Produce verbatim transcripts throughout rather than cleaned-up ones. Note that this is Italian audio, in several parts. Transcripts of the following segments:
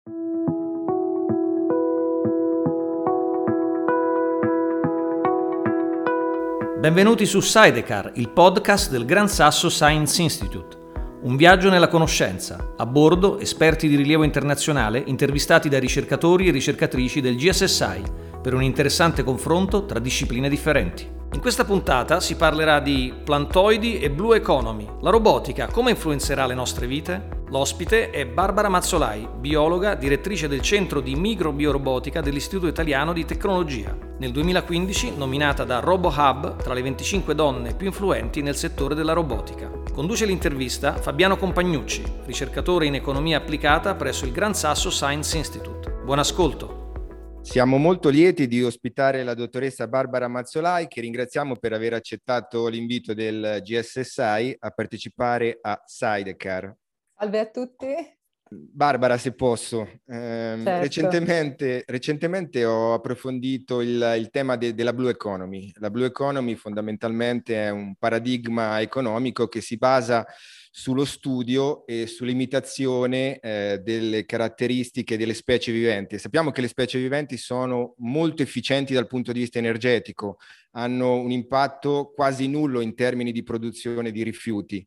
Benvenuti su Sidecar, il podcast del Gran Sasso Science Institute. Un viaggio nella conoscenza, a bordo esperti di rilievo internazionale intervistati da ricercatori e ricercatrici del G S S I per un interessante confronto tra discipline differenti. In questa puntata si parlerà di plantoidi e blue economy, la robotica come influenzerà le nostre vite? L'ospite è Barbara Mazzolai, biologa, direttrice del Centro di Microbiorobotica dell'Istituto Italiano di Tecnologia, nel duemilaquindici nominata da RoboHub tra le venticinque donne più influenti nel settore della robotica. Conduce l'intervista Fabiano Compagnucci, ricercatore in economia applicata presso il Gran Sasso Science Institute. Buon ascolto! Siamo molto lieti di ospitare la dottoressa Barbara Mazzolai, che ringraziamo per aver accettato l'invito del G S S I a partecipare a Sidecar. Salve a tutti. Barbara, se posso, eh, certo. recentemente, recentemente ho approfondito il, il tema de, della Blue Economy. La Blue Economy fondamentalmente è un paradigma economico che si basa sullo studio e sull'imitazione eh, delle caratteristiche delle specie viventi. Sappiamo che le specie viventi sono molto efficienti dal punto di vista energetico, hanno un impatto quasi nullo in termini di produzione di rifiuti.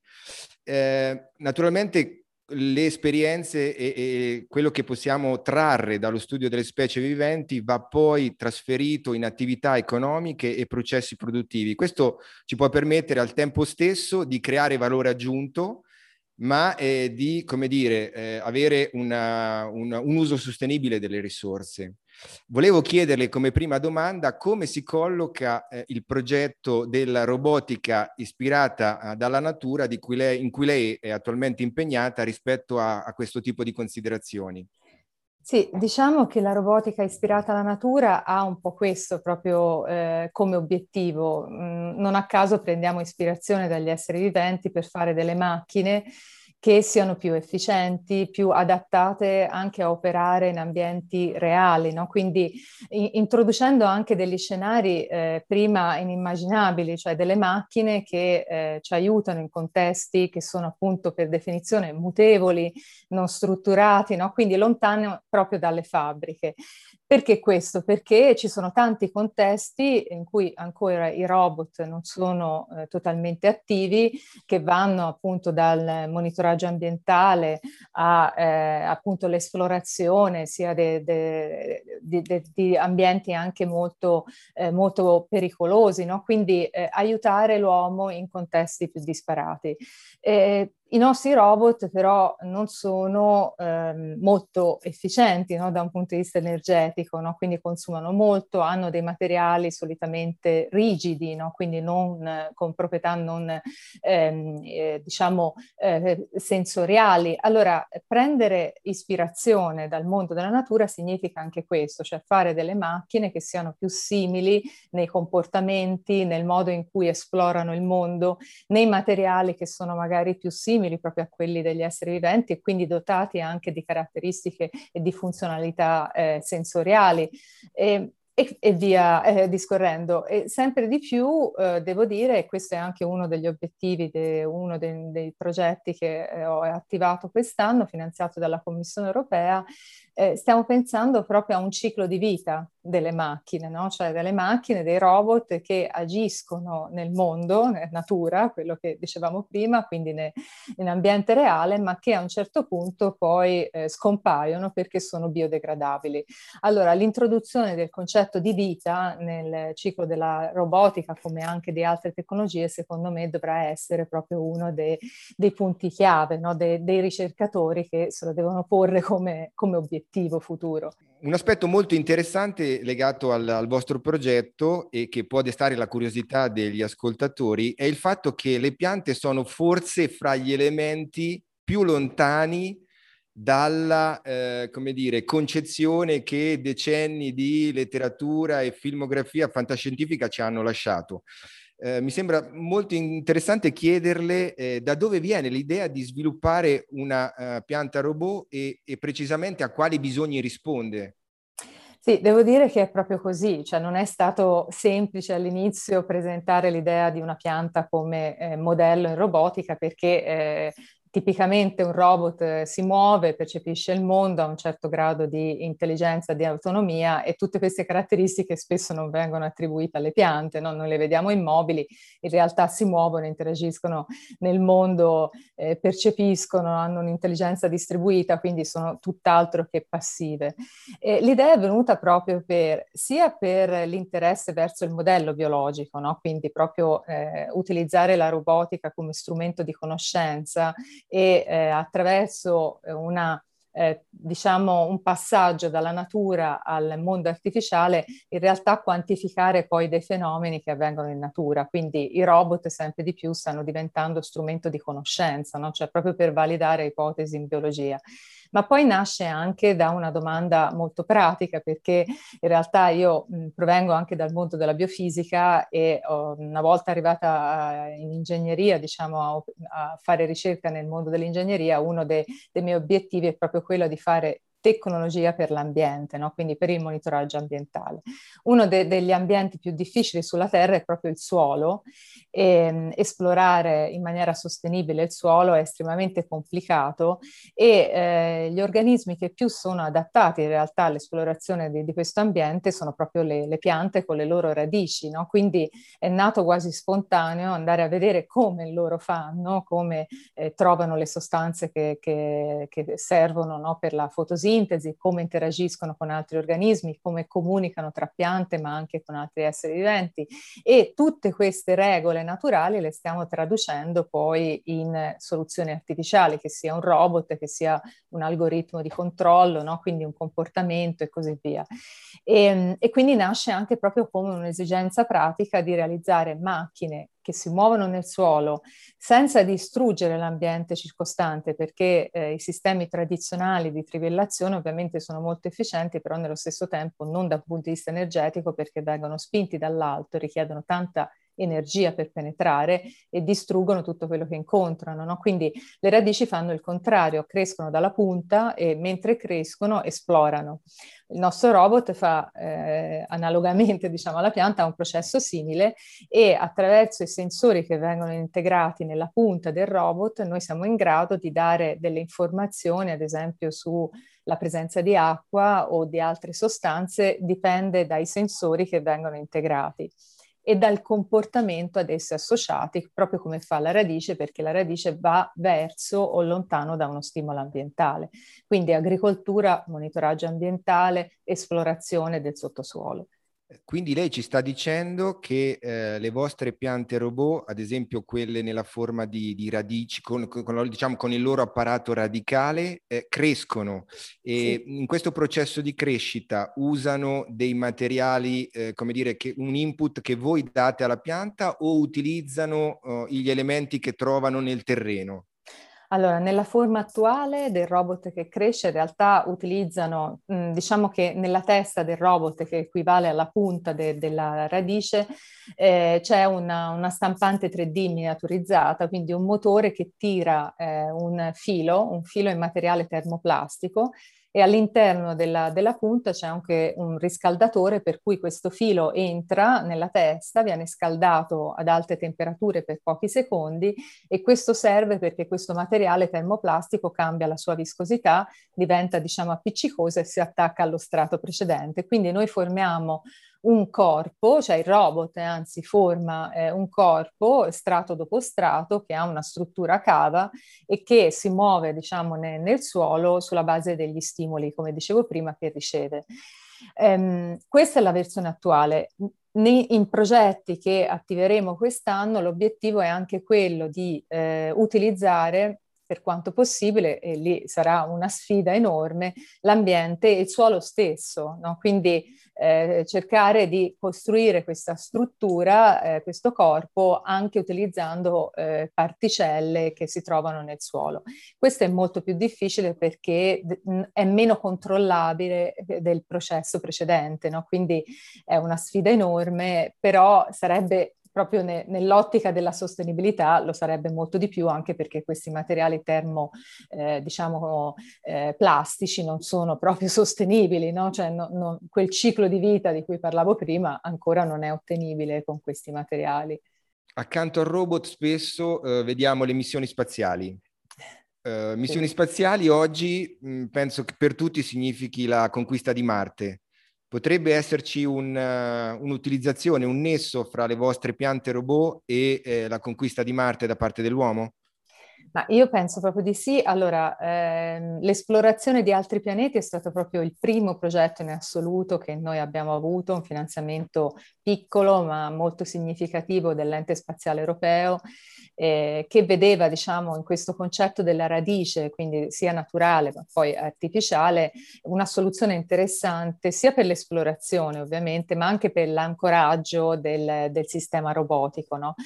Eh, naturalmente le esperienze e, e quello che possiamo trarre dallo studio delle specie viventi va poi trasferito in attività economiche e processi produttivi. Questo ci può permettere al tempo stesso di creare valore aggiunto, ma eh, di, come dire, eh, avere una, una, un uso sostenibile delle risorse. Volevo chiederle come prima domanda come si colloca eh, il progetto della robotica ispirata uh, dalla natura di cui lei, in cui lei è attualmente impegnata rispetto a, a questo tipo di considerazioni. Sì, diciamo che la robotica ispirata alla natura ha un po' questo proprio eh, come obiettivo. Mm, non a caso prendiamo ispirazione dagli esseri viventi per fare delle macchine che siano più efficienti, più adattate anche a operare in ambienti reali, no? Quindi in, introducendo anche degli scenari eh, prima inimmaginabili, cioè delle macchine che eh, ci aiutano in contesti che sono appunto per definizione mutevoli, non strutturati, no? Quindi lontani proprio dalle fabbriche. Perché questo? Perché ci sono tanti contesti in cui ancora i robot non sono eh, totalmente attivi, che vanno appunto dal monitoraggio ambientale a eh, appunto l'esplorazione sia de, de, de, de, di ambienti anche molto, eh, molto pericolosi, no? Quindi eh, aiutare l'uomo in contesti più disparati. Eh, I nostri robot però non sono ehm, molto efficienti, no? Da un punto di vista energetico, no? Quindi consumano molto, hanno dei materiali solitamente rigidi, no? Quindi non, eh, con proprietà non ehm, eh, diciamo eh, sensoriali. Allora, prendere ispirazione dal mondo della natura significa anche questo, cioè fare delle macchine che siano più simili nei comportamenti, nel modo in cui esplorano il mondo, nei materiali che sono magari più simili proprio a quelli degli esseri viventi e quindi dotati anche di caratteristiche e di funzionalità eh, sensoriali. E, E, e via eh, discorrendo. E sempre di più eh, devo dire, e questo è anche uno degli obiettivi, de, uno dei, dei progetti che eh, ho attivato quest'anno, finanziato dalla Commissione Europea, eh, stiamo pensando proprio a un ciclo di vita delle macchine, no? Cioè delle macchine, dei robot che agiscono nel mondo, nella natura, quello che dicevamo prima, quindi ne, in ambiente reale, ma che a un certo punto poi eh, scompaiono perché sono biodegradabili. Allora, l'introduzione del concetto di vita nel ciclo della robotica, come anche di altre tecnologie, secondo me dovrà essere proprio uno dei, dei punti chiave, no? De, dei ricercatori che se lo devono porre come, come obiettivo futuro. Un aspetto molto interessante legato al, al vostro progetto e che può destare la curiosità degli ascoltatori è il fatto che le piante sono forse fra gli elementi più lontani dalla, eh, come dire, concezione che decenni di letteratura e filmografia fantascientifica ci hanno lasciato. Eh, mi sembra molto interessante chiederle eh, da dove viene l'idea di sviluppare una uh, pianta robot e, e precisamente a quali bisogni risponde. Sì, devo dire che è proprio così, cioè non è stato semplice all'inizio presentare l'idea di una pianta come eh, modello in robotica perché eh, tipicamente un robot eh, si muove, percepisce il mondo, ha un certo grado di intelligenza, di autonomia, e tutte queste caratteristiche spesso non vengono attribuite alle piante, no? Noi le vediamo immobili, in realtà si muovono, interagiscono nel mondo, eh, percepiscono, hanno un'intelligenza distribuita, quindi sono tutt'altro che passive. E l'idea è venuta proprio per, sia per l'interesse verso il modello biologico, no? Quindi proprio eh, utilizzare la robotica come strumento di conoscenza e eh, attraverso una, eh, diciamo, un passaggio dalla natura al mondo artificiale, in realtà quantificare poi dei fenomeni che avvengono in natura. Quindi i robot sempre di più stanno diventando strumento di conoscenza, no? Cioè proprio per validare ipotesi in biologia. Ma poi nasce anche da una domanda molto pratica, perché in realtà io mh, provengo anche dal mondo della biofisica e ho, una volta arrivata in ingegneria, diciamo, a, a fare ricerca nel mondo dell'ingegneria, uno de, dei miei obiettivi è proprio quello di fare tecnologia per l'ambiente, no? Quindi per il monitoraggio ambientale. Uno de- degli ambienti più difficili sulla Terra è proprio il suolo, e mh, esplorare in maniera sostenibile il suolo è estremamente complicato, e eh, gli organismi che più sono adattati in realtà all'esplorazione di, di questo ambiente sono proprio le, le piante con le loro radici, no? Quindi è nato quasi spontaneo andare a vedere come loro fanno, come eh, trovano le sostanze che, che, che servono, no? Per la fotosintesi, come interagiscono con altri organismi, come comunicano tra piante ma anche con altri esseri viventi, e tutte queste regole naturali le stiamo traducendo poi in soluzioni artificiali, che sia un robot, che sia un algoritmo di controllo, no? Quindi un comportamento e così via. E, e quindi nasce anche proprio come un'esigenza pratica di realizzare macchine che si muovono nel suolo senza distruggere l'ambiente circostante, perché eh, i sistemi tradizionali di trivellazione ovviamente sono molto efficienti, però nello stesso tempo non dal punto di vista energetico, perché vengono spinti dall'alto, richiedono tanta energia per penetrare e distruggono tutto quello che incontrano, no? Quindi le radici fanno il contrario, crescono dalla punta e mentre crescono esplorano. Il nostro robot fa eh, analogamente, diciamo, alla pianta un processo simile, e attraverso i sensori che vengono integrati nella punta del robot noi siamo in grado di dare delle informazioni, ad esempio sulla presenza di acqua o di altre sostanze, dipende dai sensori che vengono integrati e dal comportamento ad esse associati, proprio come fa la radice, perché la radice va verso o lontano da uno stimolo ambientale. Quindi agricoltura, monitoraggio ambientale, esplorazione del sottosuolo. Quindi lei ci sta dicendo che eh, le vostre piante robot, ad esempio quelle nella forma di, di radici, con, con, diciamo, con il loro apparato radicale, eh, crescono e sì. In questo processo di crescita usano dei materiali, eh, come dire, che, un input che voi date alla pianta, o utilizzano uh, gli elementi che trovano nel terreno? Allora, nella forma attuale del robot che cresce, in realtà utilizzano, mh, diciamo che nella testa del robot, che equivale alla punta de- della radice, eh, c'è una, una stampante tre D miniaturizzata, quindi un motore che tira eh, un filo, un filo in materiale termoplastico, e all'interno della, della punta c'è anche un riscaldatore, per cui questo filo entra nella testa, viene scaldato ad alte temperature per pochi secondi, e questo serve perché questo materiale termoplastico cambia la sua viscosità, diventa, diciamo, appiccicoso e si attacca allo strato precedente. Quindi noi formiamo un corpo, cioè il robot anzi forma eh, un corpo strato dopo strato che ha una struttura a cava e che si muove, diciamo, ne, nel suolo sulla base degli stimoli, come dicevo prima, che riceve. Um, questa è la versione attuale. In progetti che attiveremo quest'anno l'obiettivo è anche quello di eh, utilizzare per quanto possibile, e lì sarà una sfida enorme, l'ambiente e il suolo stesso, no? Quindi eh, cercare di costruire questa struttura, eh, questo corpo, anche utilizzando eh, particelle che si trovano nel suolo. Questo è molto più difficile perché d- è meno controllabile del processo precedente, no? Quindi è una sfida enorme, però sarebbe proprio ne, nell'ottica della sostenibilità lo sarebbe molto di più, anche perché questi materiali termo, eh, diciamo, eh, plastici non sono proprio sostenibili, no? Cioè no, no, quel ciclo di vita di cui parlavo prima ancora non è ottenibile con questi materiali. Accanto al robot spesso eh, vediamo le missioni spaziali. Uh, missioni spaziali oggi mh, penso che per tutti significhi la conquista di Marte. Potrebbe esserci un, uh, un'utilizzazione, un nesso fra le vostre piante robot e eh, la conquista di Marte da parte dell'uomo? Ma io penso proprio di sì. Allora, ehm, l'esplorazione di altri pianeti è stato proprio il primo progetto in assoluto che noi abbiamo avuto, un finanziamento piccolo ma molto significativo dell'Ente Spaziale Europeo, eh, che vedeva, diciamo, in questo concetto della radice, quindi sia naturale ma poi artificiale, una soluzione interessante sia per l'esplorazione ovviamente, ma anche per l'ancoraggio del, del sistema robotico, no?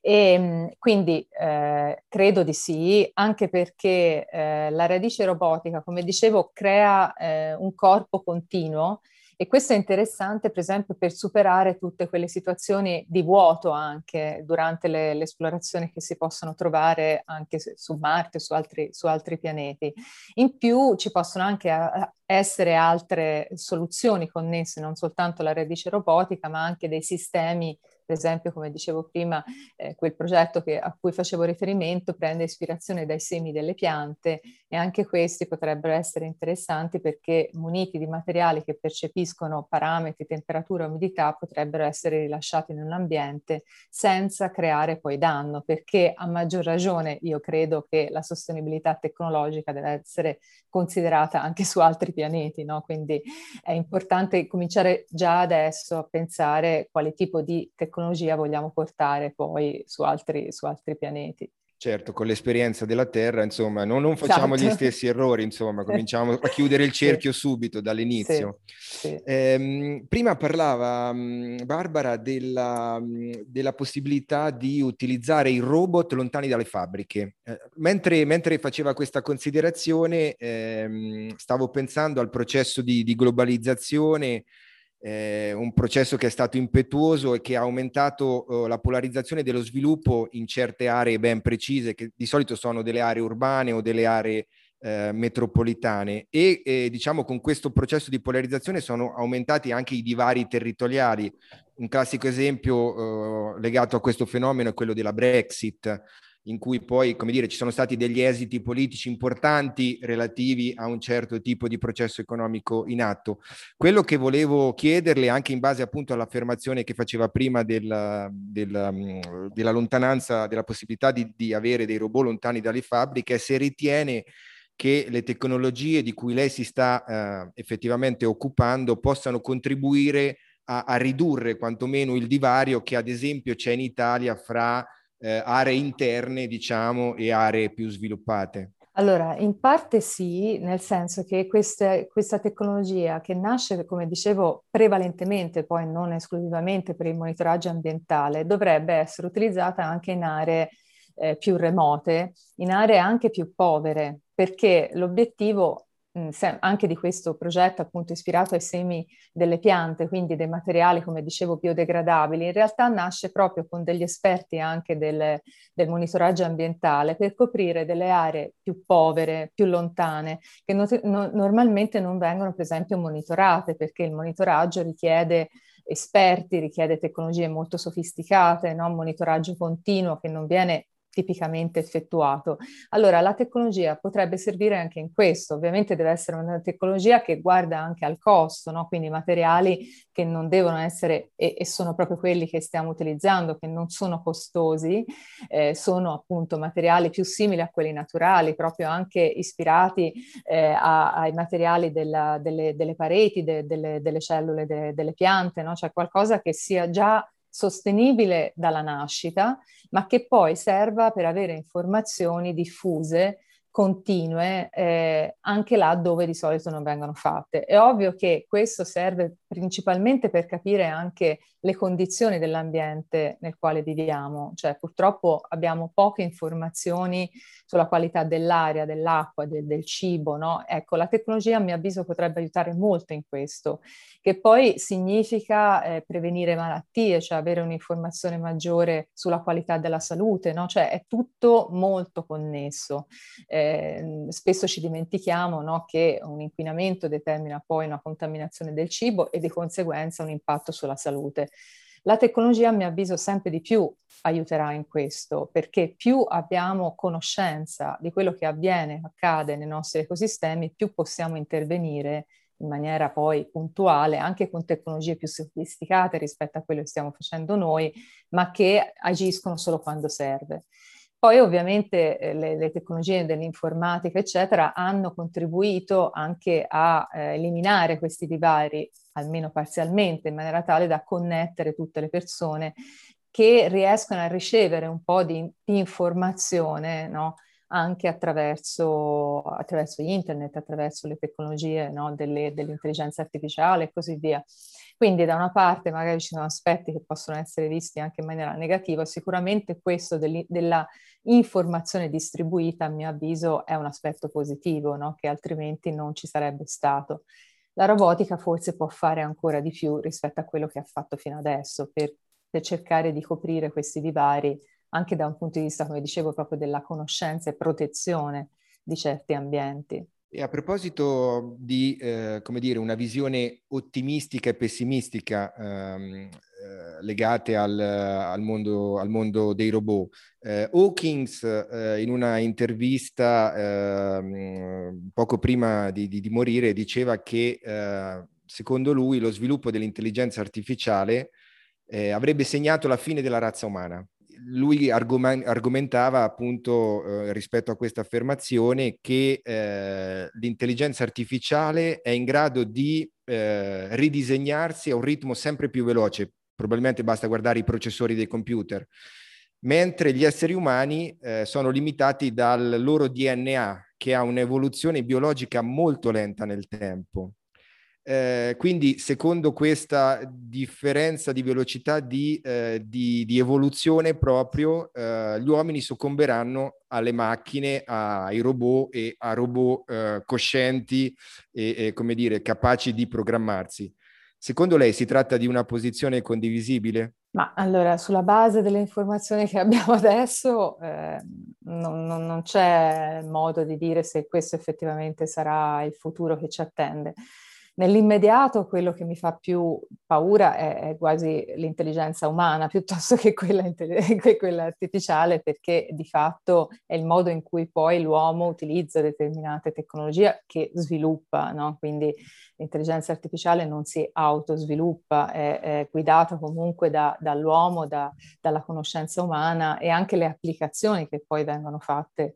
E quindi eh, credo di sì, anche perché eh, la radice robotica, come dicevo, crea eh, un corpo continuo, e questo è interessante, per esempio, per superare tutte quelle situazioni di vuoto anche durante le, le esplorazioni che si possono trovare anche su Marte o su altri, su altri pianeti. In più ci possono anche a, essere altre soluzioni connesse, non soltanto la radice robotica, ma anche dei sistemi. Per esempio, come dicevo prima, eh, quel progetto che, a cui facevo riferimento prende ispirazione dai semi delle piante, e anche questi potrebbero essere interessanti perché muniti di materiali che percepiscono parametri, temperatura e umidità, potrebbero essere rilasciati nell'ambiente senza creare poi danno, perché a maggior ragione io credo che la sostenibilità tecnologica deve essere considerata anche su altri pianeti, no? Quindi è importante cominciare già adesso a pensare quale tipo di tecnologia vogliamo portare poi su altri, su altri pianeti. Certo, con l'esperienza della Terra, insomma, non, non facciamo Esatto. gli stessi errori, insomma, cominciamo a chiudere il cerchio Sì. subito dall'inizio. Sì, sì. Eh, prima parlava mh, Barbara della, mh, della possibilità di utilizzare i robot lontani dalle fabbriche. Eh, mentre, mentre faceva questa considerazione, ehm, stavo pensando al processo di, di globalizzazione, Eh, un processo che è stato impetuoso e che ha aumentato eh, la polarizzazione dello sviluppo in certe aree ben precise, che di solito sono delle aree urbane o delle aree eh, metropolitane, e eh, diciamo con questo processo di polarizzazione sono aumentati anche i divari territoriali. Un classico esempio eh, legato a questo fenomeno è quello della Brexit, in cui poi, come dire, ci sono stati degli esiti politici importanti relativi a un certo tipo di processo economico in atto. Quello che volevo chiederle, anche in base appunto all'affermazione che faceva prima del, del, della lontananza, della possibilità di, di avere dei robot lontani dalle fabbriche, è se ritiene che le tecnologie di cui lei si sta eh, effettivamente occupando possano contribuire a, a ridurre quantomeno il divario che ad esempio c'è in Italia fra eh, aree interne, diciamo, e aree più sviluppate. Allora, in parte sì, nel senso che queste, questa tecnologia che nasce, come dicevo, prevalentemente, poi non esclusivamente per il monitoraggio ambientale, dovrebbe essere utilizzata anche in aree eh, più remote, in aree anche più povere, perché l'obiettivo mh, se- anche di questo progetto, appunto ispirato ai semi delle piante, quindi dei materiali, come dicevo, biodegradabili, in realtà nasce proprio con degli esperti anche del del monitoraggio ambientale per coprire delle aree più povere, più lontane, che no, no, normalmente non vengono, per esempio, monitorate, perché il monitoraggio richiede esperti, richiede tecnologie molto sofisticate, no? Un monitoraggio continuo che non viene tipicamente effettuato. Allora, la tecnologia potrebbe servire anche in questo. Ovviamente deve essere una tecnologia che guarda anche al costo, no? Quindi materiali che non devono essere, e, e sono proprio quelli che stiamo utilizzando, che non sono costosi, eh, sono appunto materiali più simili a quelli naturali, proprio anche ispirati eh, a, ai materiali della, delle, delle, pareti, de, delle, delle, cellule de, delle piante, no? Cioè qualcosa che sia già sostenibile dalla nascita, ma che poi serva per avere informazioni diffuse, continue, eh, anche là dove di solito non vengono fatte. È ovvio che questo serve principalmente per capire anche le condizioni dell'ambiente nel quale viviamo, cioè purtroppo abbiamo poche informazioni sulla qualità dell'aria, dell'acqua, del, del cibo, no? Ecco, la tecnologia a mio avviso potrebbe aiutare molto in questo, che poi significa eh, prevenire malattie, cioè avere un'informazione maggiore sulla qualità della salute, no? Cioè è tutto molto connesso. Eh, spesso ci dimentichiamo, no, che un inquinamento determina poi una contaminazione del cibo e di conseguenza un impatto sulla salute. La tecnologia, a mio avviso, sempre di più aiuterà in questo, perché più abbiamo conoscenza di quello che avviene, accade nei nostri ecosistemi, più possiamo intervenire in maniera poi puntuale, anche con tecnologie più sofisticate rispetto a quello che stiamo facendo noi, ma che agiscono solo quando serve. Poi ovviamente eh, le, le tecnologie dell'informatica, eccetera, hanno contribuito anche a eh, eliminare questi divari, almeno parzialmente, in maniera tale da connettere tutte le persone che riescono a ricevere un po' di, di informazione, no? Anche attraverso, attraverso internet, attraverso le tecnologie, no? Delle, dell'intelligenza artificiale e così via. Quindi da una parte magari ci sono aspetti che possono essere visti anche in maniera negativa, sicuramente questo della informazione distribuita, a mio avviso, è un aspetto positivo, no? Che altrimenti non ci sarebbe stato. La robotica forse può fare ancora di più rispetto a quello che ha fatto fino adesso per, per cercare di coprire questi divari anche da un punto di vista, come dicevo, proprio della conoscenza e protezione di certi ambienti. E a proposito di, eh, come dire, una visione ottimistica e pessimistica ehm, eh, legate al, al, mondo, al mondo dei robot, eh, Hawkins eh, in una intervista eh, poco prima di, di, di morire diceva che eh, secondo lui lo sviluppo dell'intelligenza artificiale eh, avrebbe segnato la fine della razza umana. Lui argom- argomentava appunto eh, rispetto a questa affermazione che eh, l'intelligenza artificiale è in grado di eh, ridisegnarsi a un ritmo sempre più veloce, probabilmente basta guardare i processori dei computer, mentre gli esseri umani eh, sono limitati dal loro D N A, che ha un'evoluzione biologica molto lenta nel tempo. Eh, quindi secondo questa differenza di velocità di, eh, di, di evoluzione proprio eh, gli uomini soccomberanno alle macchine, ai robot e a robot eh, coscienti e, e come dire capaci di programmarsi. Secondo lei si tratta di una posizione condivisibile? Ma allora, sulla base delle informazioni che abbiamo adesso, eh, non, non, non c'è modo di dire se questo effettivamente sarà il futuro che ci attende. Nell'immediato quello che mi fa più paura è, è quasi l'intelligenza umana piuttosto che quella, che quella artificiale, perché di fatto è il modo in cui poi l'uomo utilizza determinate tecnologie che sviluppa, no? Quindi l'intelligenza artificiale non si autosviluppa, è, è guidata comunque da, dall'uomo, da, dalla conoscenza umana, e anche le applicazioni che poi vengono fatte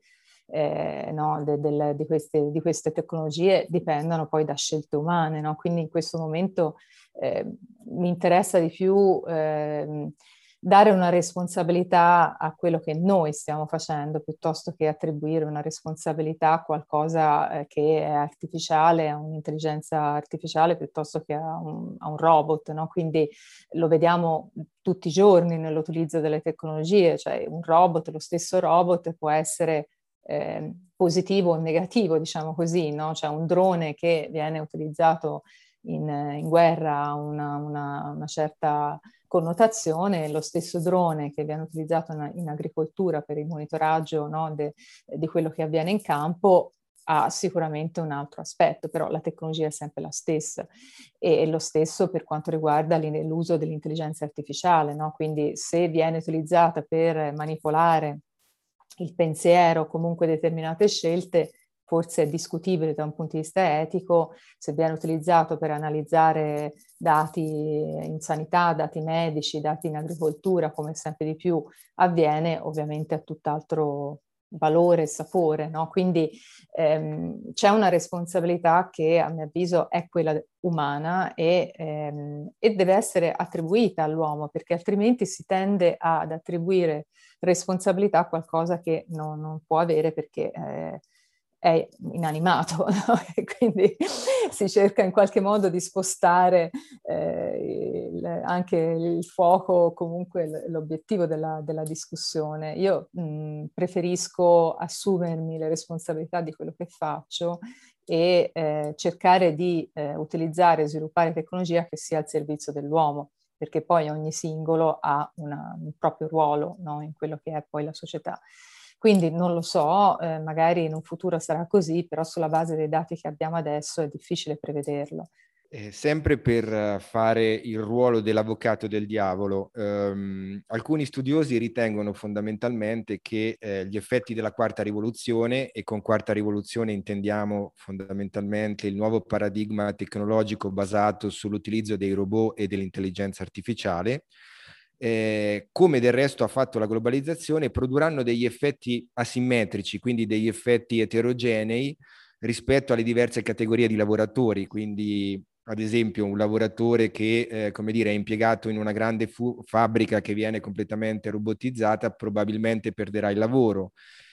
Eh, no, de, de, di, queste, di queste tecnologie dipendono poi da scelte umane, no? Quindi in questo momento eh, mi interessa di più eh, dare una responsabilità a quello che noi stiamo facendo piuttosto che attribuire una responsabilità a qualcosa eh, che è artificiale, a un'intelligenza artificiale piuttosto che a un, a un robot, no? Quindi lo vediamo tutti i giorni nell'utilizzo delle tecnologie, cioè un robot, lo stesso robot può essere Eh, positivo o negativo, diciamo così, no? Cioè un drone che viene utilizzato in, in guerra ha una, una, una certa connotazione, lo stesso drone che viene utilizzato in, in agricoltura per il monitoraggio, no? De, di quello che avviene in campo ha sicuramente un altro aspetto, però la tecnologia è sempre la stessa, e, e lo stesso per quanto riguarda l'uso dell'intelligenza artificiale, no? Quindi se viene utilizzata per manipolare il pensiero, comunque determinate scelte, forse è discutibile da un punto di vista etico. Se viene utilizzato per analizzare dati in sanità, dati medici, dati in agricoltura, come sempre di più avviene, ovviamente ha tutt'altro valore e sapore, no? Quindi ehm, c'è una responsabilità che a mio avviso è quella umana e, ehm, e deve essere attribuita all'uomo, perché altrimenti si tende ad attribuire responsabilità a qualcosa che non, non può avere perché eh, è inanimato, no? E quindi si cerca in qualche modo di spostare eh, il, anche il fuoco, comunque l'obiettivo della, della discussione. Io mh, preferisco assumermi le responsabilità di quello che faccio e eh, cercare di eh, utilizzare e sviluppare tecnologia che sia al servizio dell'uomo, perché poi ogni singolo ha una, un proprio ruolo, no? In quello che è poi la società. Quindi non lo so, eh, magari in un futuro sarà così, però sulla base dei dati che abbiamo adesso è difficile prevederlo. Eh, sempre per fare il ruolo dell'avvocato del diavolo, ehm, alcuni studiosi ritengono fondamentalmente che eh, gli effetti della quarta rivoluzione, e con quarta rivoluzione intendiamo fondamentalmente il nuovo paradigma tecnologico basato sull'utilizzo dei robot e dell'intelligenza artificiale, eh, come del resto ha fatto la globalizzazione, produrranno degli effetti asimmetrici, quindi degli effetti eterogenei rispetto alle diverse categorie di lavoratori. Quindi ad esempio un lavoratore che eh, come dire, è impiegato in una grande fu- fabbrica che viene completamente robotizzata probabilmente perderà il lavoro,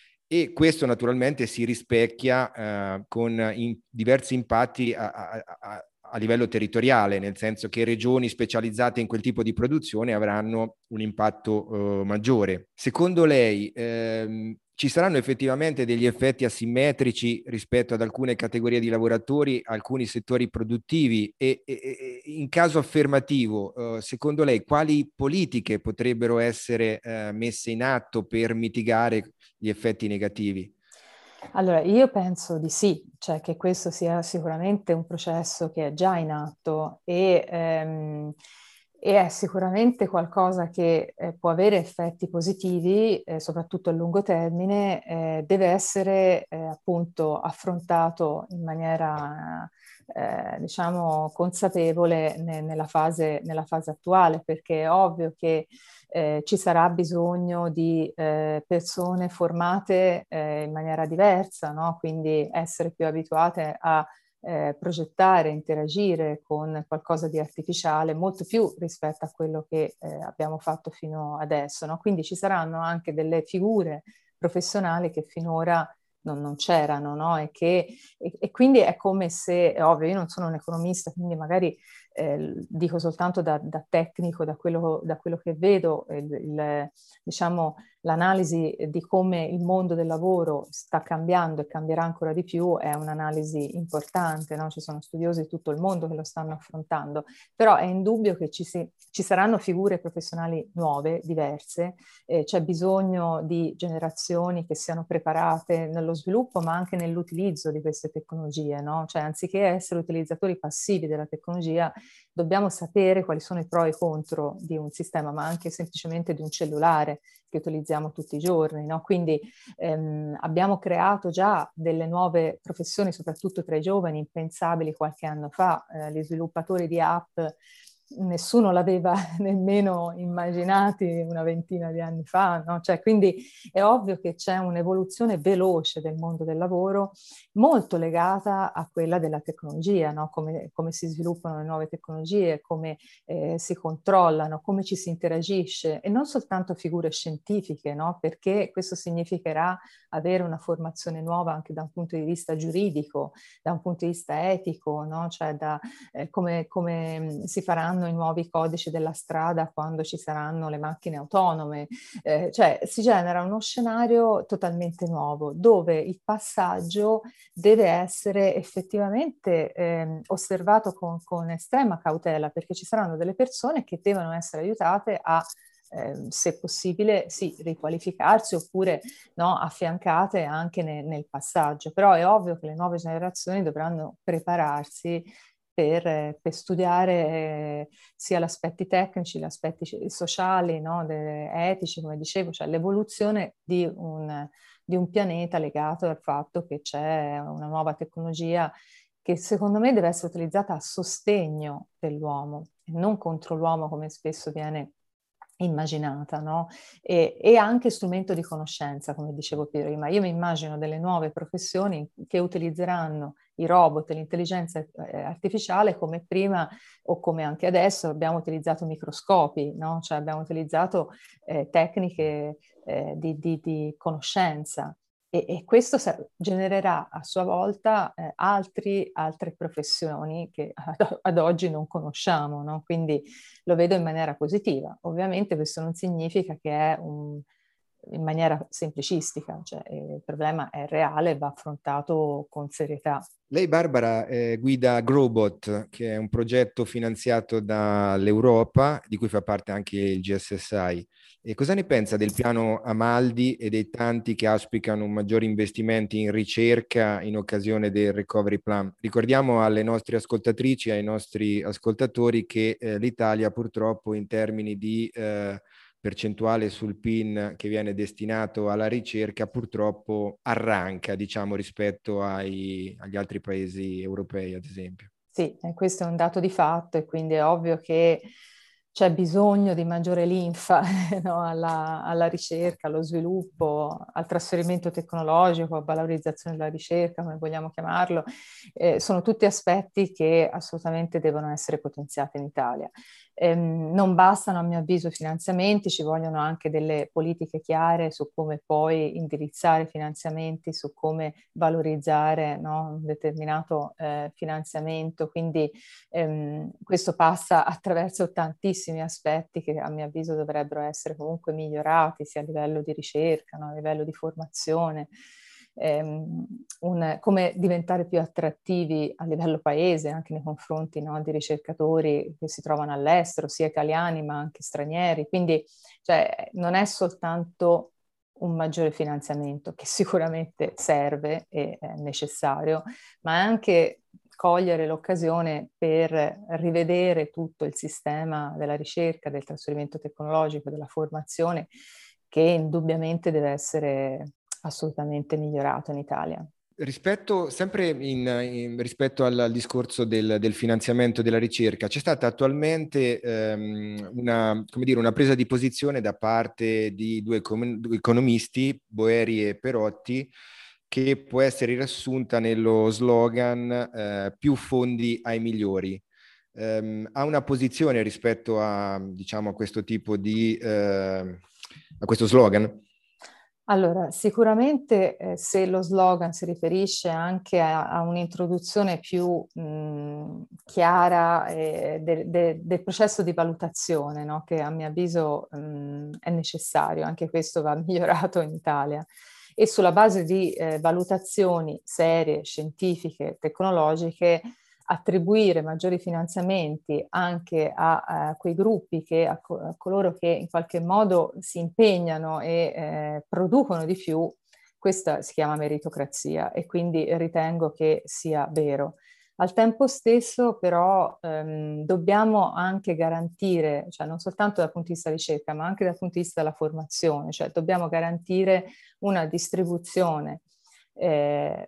e questo naturalmente si rispecchia eh, con in diversi impatti a, a, a, a livello territoriale, nel senso che regioni specializzate in quel tipo di produzione avranno un impatto eh, maggiore. Secondo lei ehm, ci saranno effettivamente degli effetti asimmetrici rispetto ad alcune categorie di lavoratori, alcuni settori produttivi, e, e, e in caso affermativo, eh, secondo lei quali politiche potrebbero essere eh, messe in atto per mitigare gli effetti negativi? Allora, io penso di sì, cioè che questo sia sicuramente un processo che è già in atto e, ehm, e è sicuramente qualcosa che eh, può avere effetti positivi, eh, soprattutto a lungo termine, eh, deve essere eh, appunto affrontato in maniera, eh, diciamo, consapevole ne- nella fase, nella fase attuale, perché è ovvio che eh, ci sarà bisogno di eh, persone formate eh, in maniera diversa, no? Quindi essere più abituate a eh, progettare, interagire con qualcosa di artificiale, molto più rispetto a quello che eh, abbiamo fatto fino adesso, no? Quindi ci saranno anche delle figure professionali che finora non, non c'erano, no? E, che, e, e quindi è come se, è ovvio, io non sono un economista, quindi magari eh, dico soltanto da, da tecnico, da quello, da quello che vedo, il, il, diciamo, l'analisi di come il mondo del lavoro sta cambiando e cambierà ancora di più è un'analisi importante, no? Ci sono studiosi di tutto il mondo che lo stanno affrontando, però è indubbio che ci, si, ci saranno figure professionali nuove, diverse, eh, c'è bisogno di generazioni che siano preparate nello sviluppo ma anche nell'utilizzo di queste tecnologie, no? Cioè anziché essere utilizzatori passivi della tecnologia, dobbiamo sapere quali sono i pro e i contro di un sistema, ma anche semplicemente di un cellulare che utilizziamo tutti i giorni, no? Quindi ehm, abbiamo creato già delle nuove professioni, soprattutto tra i giovani, impensabili qualche anno fa. Eh, gli sviluppatori di app nessuno l'aveva nemmeno immaginati una ventina di anni fa, no? Cioè, quindi è ovvio che c'è un'evoluzione veloce del mondo del lavoro, molto legata a quella della tecnologia, no? Come, come si sviluppano le nuove tecnologie, come eh, si controllano, come ci si interagisce, e non soltanto figure scientifiche, no? Perché questo significherà avere una formazione nuova anche da un punto di vista giuridico, da un punto di vista etico, no? Cioè da eh, come, come si faranno i nuovi codici della strada quando ci saranno le macchine autonome. Eh, cioè si genera uno scenario totalmente nuovo dove il passaggio deve essere effettivamente eh, osservato con, con estrema cautela, perché ci saranno delle persone che devono essere aiutate a Eh, se possibile, sì, riqualificarsi oppure no, affiancate anche ne, nel passaggio. Però è ovvio che le nuove generazioni dovranno prepararsi per, eh, per studiare eh, sia gli aspetti tecnici, gli aspetti sociali, no, de, etici, come dicevo, cioè l'evoluzione di un, di un pianeta legato al fatto che c'è una nuova tecnologia che secondo me deve essere utilizzata a sostegno dell'uomo e non contro l'uomo come spesso viene immaginata, no? E, e anche strumento di conoscenza, come dicevo prima. Io mi immagino delle nuove professioni che utilizzeranno i robot e l'intelligenza eh, artificiale come prima o come anche adesso abbiamo utilizzato microscopi, no? Cioè abbiamo utilizzato eh, tecniche eh, di, di, di conoscenza. E, e questo genererà a sua volta eh, altri, altre professioni che ad, ad oggi non conosciamo, no? Quindi lo vedo in maniera positiva. Ovviamente questo non significa che è un, in maniera semplicistica, cioè eh, il problema è reale e va affrontato con serietà. Lei, Barbara, eh, guida Growbot, che è un progetto finanziato dall'Europa, di cui fa parte anche il G S S I. E cosa ne pensa del piano Amaldi e dei tanti che auspicano maggiori investimenti in ricerca in occasione del Recovery Plan? Ricordiamo alle nostre ascoltatrici e ai nostri ascoltatori che eh, l'Italia purtroppo in termini di eh, percentuale sul P I N che viene destinato alla ricerca purtroppo arranca, diciamo, rispetto ai, agli altri paesi europei, ad esempio. Sì, e questo è un dato di fatto e quindi è ovvio che c'è bisogno di maggiore linfa no, alla, alla ricerca, allo sviluppo, al trasferimento tecnologico, a valorizzazione della ricerca, come vogliamo chiamarlo. Eh, sono tutti aspetti che assolutamente devono essere potenziati in Italia. Eh, non bastano, a mio avviso, i finanziamenti, ci vogliono anche delle politiche chiare su come poi indirizzare i finanziamenti, su come valorizzare no, un determinato eh, finanziamento. Quindi ehm, questo passa attraverso tantissimi aspetti che a mio avviso dovrebbero essere comunque migliorati, sia a livello di ricerca, no, a livello di formazione. Ehm, un, come diventare più attrattivi a livello paese anche nei confronti no, di ricercatori che si trovano all'estero, sia italiani ma anche stranieri. Quindi cioè, non è soltanto un maggiore finanziamento che sicuramente serve e è necessario, ma è anche cogliere l'occasione per rivedere tutto il sistema della ricerca, del trasferimento tecnologico, della formazione, che indubbiamente deve essere assolutamente migliorato in Italia. Rispetto, sempre in, in, rispetto al, al discorso del, del finanziamento della ricerca, c'è stata attualmente ehm, una, come dire, una presa di posizione da parte di due, econ- due economisti, Boeri e Perotti, che può essere riassunta nello slogan eh, più fondi ai migliori. Um, ha una posizione rispetto a, diciamo, a questo tipo di, eh, a questo slogan? Allora, sicuramente eh, se lo slogan si riferisce anche a, a un'introduzione più mh, chiara eh, de, de, del processo di valutazione, no? Che a mio avviso mh, è necessario, anche questo va migliorato in Italia. E sulla base di eh, valutazioni serie, scientifiche, tecnologiche, attribuire maggiori finanziamenti anche a, a quei gruppi, che, a, co- a coloro che in qualche modo si impegnano e eh, producono di più, questa si chiama meritocrazia e quindi ritengo che sia vero. Al tempo stesso però ehm, dobbiamo anche garantire, cioè non soltanto dal punto di vista ricerca, ma anche dal punto di vista della formazione, cioè dobbiamo garantire una distribuzione eh,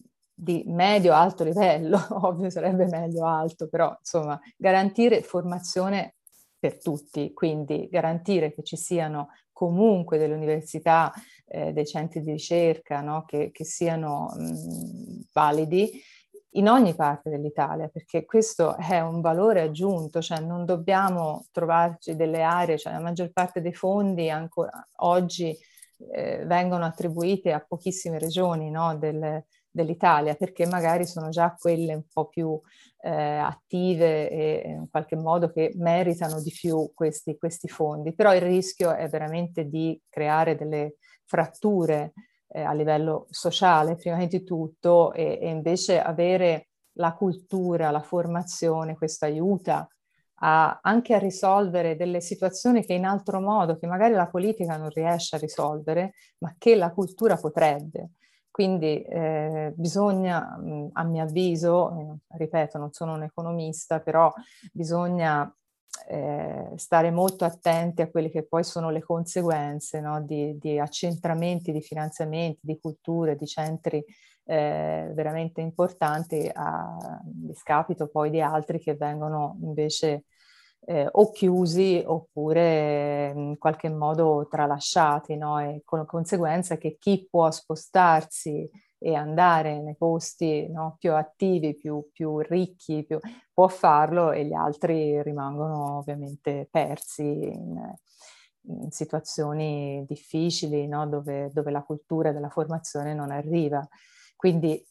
di medio-alto livello, ovvio sarebbe meglio-alto, però insomma garantire formazione per tutti, quindi garantire che ci siano comunque delle università, eh, dei centri di ricerca, no? che, che siano mh, validi in ogni parte dell'Italia, perché questo è un valore aggiunto, cioè non dobbiamo trovarci delle aree, cioè la maggior parte dei fondi ancora oggi eh, vengono attribuiti a pochissime regioni no? Del, dell'Italia, perché magari sono già quelle un po' più eh, attive e in qualche modo che meritano di più questi, questi fondi. Però il rischio è veramente di creare delle fratture eh, a livello sociale, prima di tutto, e, e invece avere la cultura, la formazione, questo aiuta a, anche a risolvere delle situazioni che in altro modo, che magari la politica non riesce a risolvere, ma che la cultura potrebbe. Quindi eh, bisogna, mh, a mio avviso, eh, ripeto, non sono un economista, però bisogna eh, stare molto attenti a quelle che poi sono le conseguenze no, di, di accentramenti di finanziamenti, di culture, di centri eh, veramente importanti a discapito poi di altri che vengono invece eh, o chiusi oppure in qualche modo tralasciati, no? E con la conseguenza che chi può spostarsi e andare nei posti no, più attivi, più, più ricchi, più, può farlo e gli altri rimangono ovviamente persi in, in situazioni difficili no, dove, dove la cultura della formazione non arriva. Quindi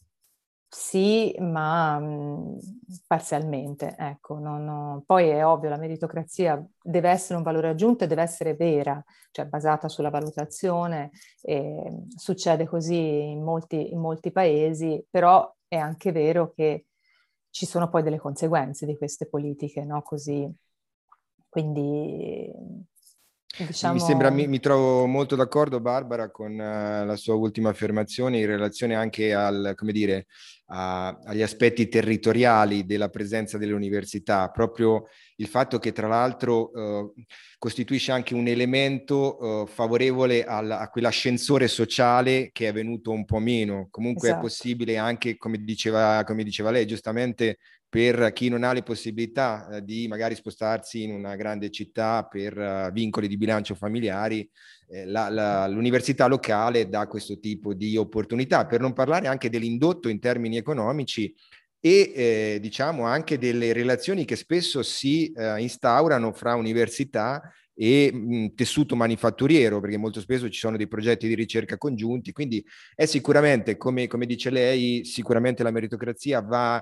sì, ma mh, parzialmente, ecco. Non ho- Poi è ovvio, la meritocrazia deve essere un valore aggiunto e deve essere vera, cioè basata sulla valutazione. E succede così in molti, in molti paesi, però è anche vero che ci sono poi delle conseguenze di queste politiche, no? Così, quindi diciamo... Mi sembra, mi, mi trovo molto d'accordo, Barbara, con uh, la sua ultima affermazione in relazione anche al, come dire, a, agli aspetti territoriali della presenza delle università, proprio il fatto che tra l'altro uh, costituisce anche un elemento uh, favorevole al, a quell'ascensore sociale che è venuto un po' meno. Comunque esatto. È possibile anche, come diceva, come diceva lei, giustamente, per chi non ha le possibilità eh, di magari spostarsi in una grande città per uh, vincoli di bilancio familiari, eh, la, la, l'università locale dà questo tipo di opportunità, per non parlare anche dell'indotto in termini economici e eh, diciamo anche delle relazioni che spesso si eh, instaurano fra università e mh, tessuto manifatturiero, perché molto spesso ci sono dei progetti di ricerca congiunti, quindi è sicuramente, come, come dice lei, sicuramente la meritocrazia va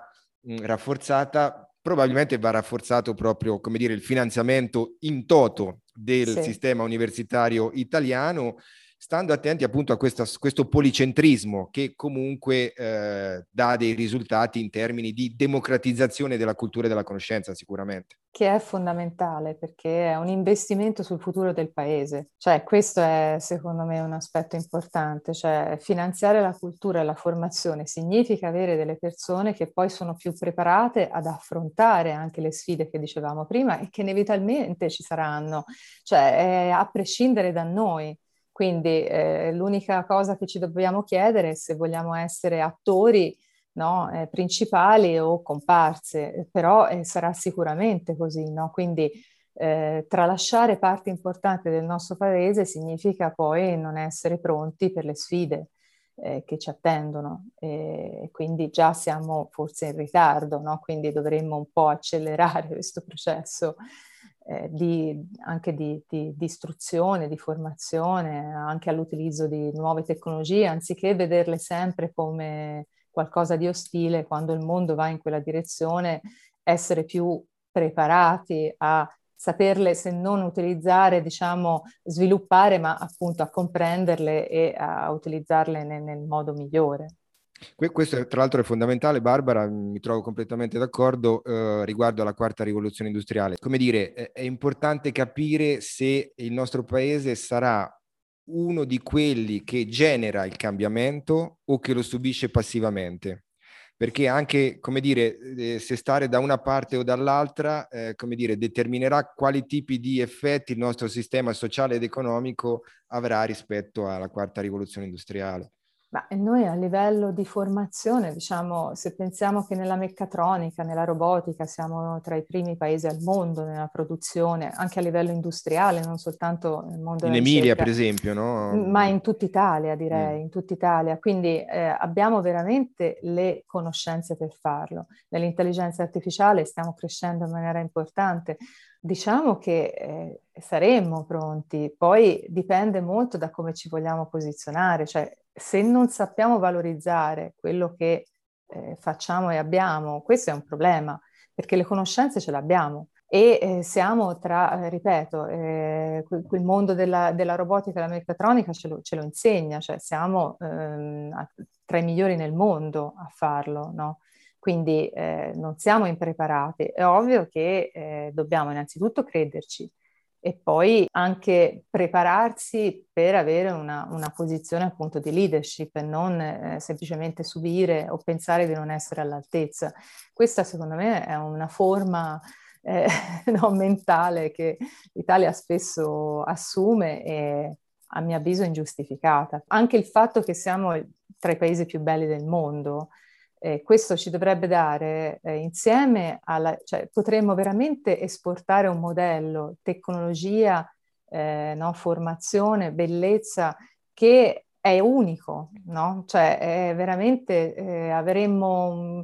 rafforzata, probabilmente va rafforzato proprio, come dire, il finanziamento in toto del sì. sistema universitario italiano, stando attenti appunto a questa, questo policentrismo che comunque eh, dà dei risultati in termini di democratizzazione della cultura e della conoscenza sicuramente. Che è fondamentale perché è un investimento sul futuro del paese, cioè questo è secondo me un aspetto importante, cioè finanziare la cultura e la formazione significa avere delle persone che poi sono più preparate ad affrontare anche le sfide che dicevamo prima e che inevitabilmente ci saranno, cioè a prescindere da noi. Quindi eh, l'unica cosa che ci dobbiamo chiedere è se vogliamo essere attori, no, eh, principali o comparse, però eh, sarà sicuramente così, no? Quindi eh, tralasciare parte importante del nostro paese significa poi non essere pronti per le sfide eh, che ci attendono. E quindi già siamo forse in ritardo, no? Quindi dovremmo un po' accelerare questo processo. Eh, di, anche di, di, di istruzione, di formazione, anche all'utilizzo di nuove tecnologie, anziché vederle sempre come qualcosa di ostile, quando il mondo va in quella direzione, essere più preparati a saperle, se non utilizzare, diciamo, sviluppare, ma appunto a comprenderle e a utilizzarle nel, nel modo migliore. Questo tra l'altro è fondamentale, Barbara, mi trovo completamente d'accordo eh, riguardo alla quarta rivoluzione industriale. Come dire, è importante capire se il nostro paese sarà uno di quelli che genera il cambiamento o che lo subisce passivamente. Perché anche, come dire, eh, se stare da una parte o dall'altra, eh, come dire, determinerà quali tipi di effetti il nostro sistema sociale ed economico avrà rispetto alla quarta rivoluzione industriale. Ma noi a livello di formazione, diciamo, se pensiamo che nella meccatronica, nella robotica siamo tra i primi paesi al mondo nella produzione, anche a livello industriale, non soltanto nel mondo in della Emilia, ricerca, per esempio, no? Ma in tutta Italia, direi, mm. in tutta Italia. Quindi eh, abbiamo veramente le conoscenze per farlo. Nell'intelligenza artificiale stiamo crescendo in maniera importante. Diciamo che eh, saremmo pronti, poi dipende molto da come ci vogliamo posizionare, cioè se non sappiamo valorizzare quello che eh, facciamo e abbiamo, questo è un problema, perché le conoscenze ce le abbiamo e eh, siamo tra, eh, ripeto, eh, quel, quel mondo della, della robotica e della meccatronica ce lo, ce lo insegna, cioè siamo ehm, tra i migliori nel mondo a farlo, no? Quindi eh, non siamo impreparati. È ovvio che eh, dobbiamo innanzitutto crederci e poi anche prepararsi per avere una, una posizione appunto di leadership e non eh, semplicemente subire o pensare di non essere all'altezza. Questa secondo me è una forma eh, no, mentale che l'Italia spesso assume e a mio avviso ingiustificata. Anche il fatto che siamo tra i paesi più belli del mondo, Eh, questo ci dovrebbe dare eh, insieme alla, cioè potremmo veramente esportare un modello, tecnologia, eh, no, formazione, bellezza che è unico, no? Cioè è veramente eh, avremmo un,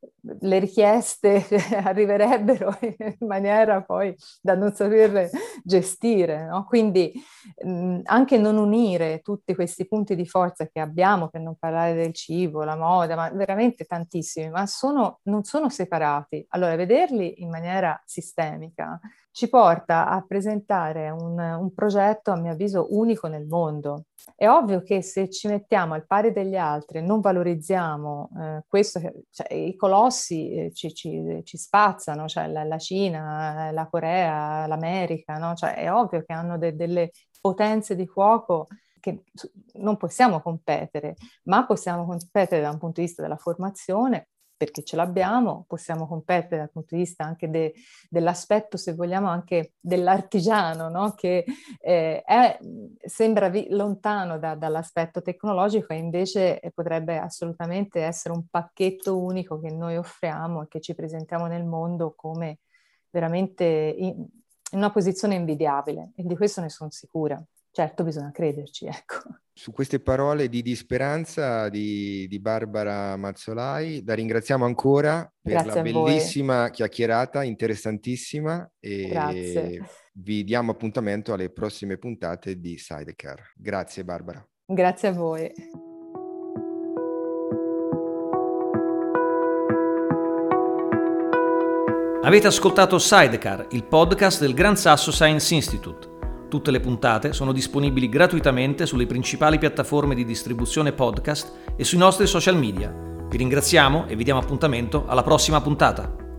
le richieste arriverebbero in maniera poi da non saperle gestire, no? Quindi mh, anche non unire tutti questi punti di forza che abbiamo, per non parlare del cibo, la moda, ma veramente tantissimi, ma sono, non sono separati. Allora, vederli in maniera sistemica ci porta a presentare un, un progetto, a mio avviso, unico nel mondo. È ovvio che se ci mettiamo al pari degli altri e non valorizziamo eh, questo, cioè, i colossi colossi eh, ci, ci, ci spazzano, cioè la, la Cina, la Corea, l'America, no? Cioè è ovvio che hanno de, delle potenze di fuoco che non possiamo competere, ma possiamo competere da un punto di vista della formazione, perché ce l'abbiamo, possiamo competere dal punto di vista anche de, dell'aspetto, se vogliamo, anche dell'artigiano, no? Che eh, è, sembra vi, lontano da, dall'aspetto tecnologico e invece potrebbe assolutamente essere un pacchetto unico che noi offriamo e che ci presentiamo nel mondo come veramente in, in una posizione invidiabile, e di questo ne sono sicura. Certo, bisogna crederci, ecco. Su queste parole di, di speranza di, di Barbara Mazzolai, la ringraziamo ancora per Grazie la a bellissima voi. chiacchierata, interessantissima, e Grazie. vi diamo appuntamento alle prossime puntate di Sidecar. Grazie Barbara. Grazie a voi. Avete ascoltato Sidecar, il podcast del Gran Sasso Science Institute. Tutte le puntate sono disponibili gratuitamente sulle principali piattaforme di distribuzione podcast e sui nostri social media. Vi ringraziamo e vi diamo appuntamento alla prossima puntata.